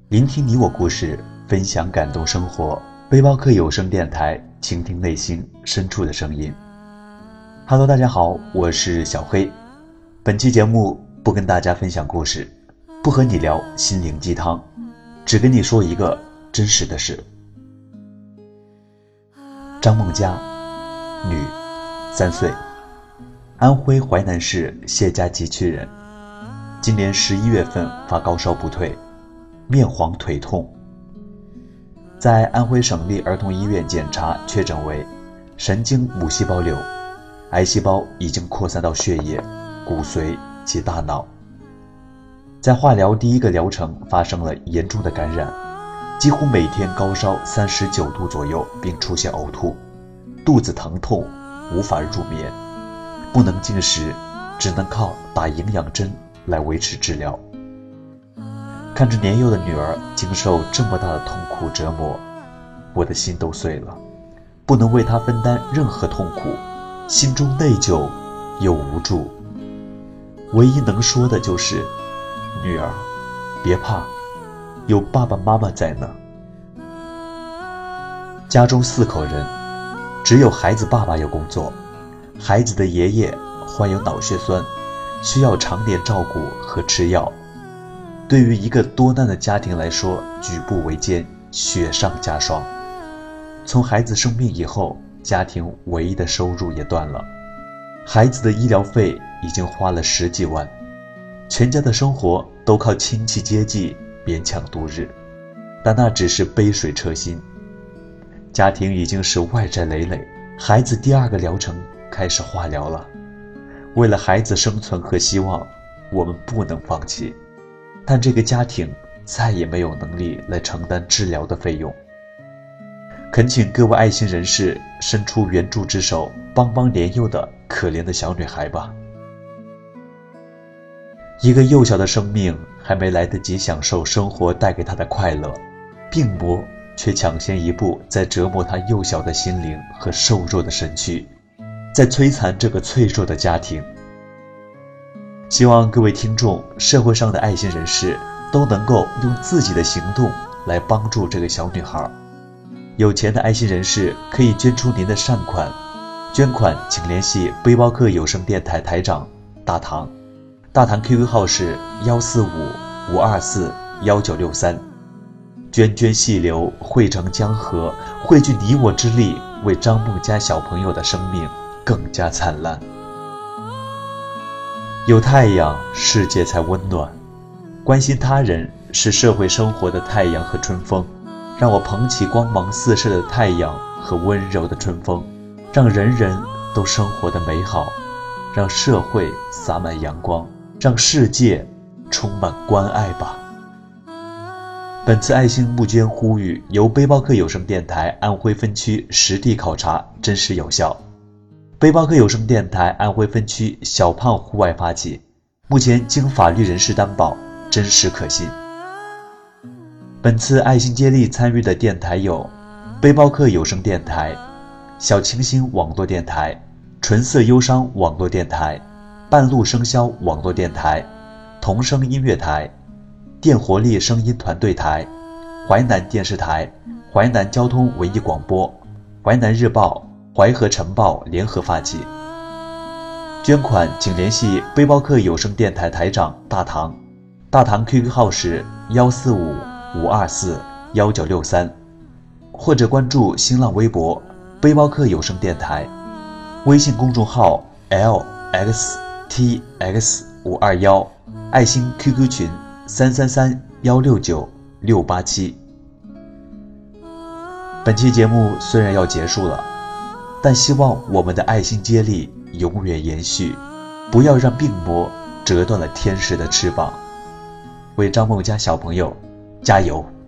聆听你我故事，分享感动生活。背包客有声电台，倾听内心深处的声音。Hello， 大家好，我是小黑。本期节目不跟大家分享故事，不和你聊心灵鸡汤，只跟你说一个真实的事。张梦佳，女，3岁，安徽淮南市谢家集区人。今年11月份发高烧不退，面黄腿痛，在安徽省立儿童医院检查确诊为神经母细胞瘤，癌细胞已经扩散到血液、骨髓及大脑。在化疗第一个疗程发生了严重的感染，几乎每天高烧39度左右，并出现呕吐，肚子疼痛，无法入眠，不能进食，只能靠打营养针来维持治疗。看着年幼的女儿经受这么大的痛苦折磨，我的心都碎了，不能为她分担任何痛苦，心中内疚又无助。唯一能说的就是，女儿，别怕，有爸爸妈妈在呢。家中4口人，只有孩子爸爸有工作，孩子的爷爷患有脑血栓，需要常年照顾和吃药。对于一个多难的家庭来说，举步维艰，雪上加霜。从孩子生病以后，家庭唯一的收入也断了，孩子的医疗费已经花了10几万，全家的生活都靠亲戚接济勉强度日，但那只是杯水车薪。家庭已经是外债累累，孩子第2个疗程开始化疗了。为了孩子生存和希望，我们不能放弃，但这个家庭再也没有能力来承担治疗的费用。恳请各位爱心人士伸出援助之手，帮帮年幼的可怜的小女孩吧。一个幼小的生命还没来得及享受生活带给她的快乐，病魔却抢先一步在折磨她幼小的心灵和瘦弱的身躯，在摧残这个脆弱的家庭。希望各位听众，社会上的爱心人士都能够用自己的行动来帮助这个小女孩。有钱的爱心人士可以捐出您的善款，捐款请联系背包客有声电台台长大唐，大唐 QQ 号是145-524-1963。涓细流汇成江河，汇聚你我之力，为张梦佳小朋友的生命更加灿烂。有太阳，世界才温暖。关心他人是社会生活的太阳和春风，让我捧起光芒四射的太阳和温柔的春风，让人人都生活的美好，让社会洒满阳光，让世界充满关爱吧。本次爱心募捐呼吁由背包客有声电台安徽分区实地考察，真实有效。背包客有声电台安徽分区小胖户外发起，目前经法律人士担保，真实可信。本次爱心接力参与的电台有背包客有声电台、小清新网络电台、纯色忧伤网络电台、半路生肖网络电台、童声音乐台、电活力声音团队台、淮南电视台、淮南交通文艺广播、淮南日报、淮河晨报联合发起。捐款请联系背包客有声电台台长大唐，大唐 QQ 号是145-524-1963，或者关注新浪微博背包客有声电台，微信公众号 LXTX521，爱心 QQ 群333169687。本期节目虽然要结束了，但希望我们的爱心接力永远延续，不要让病魔折断了天使的翅膀。为张梦佳小朋友加油！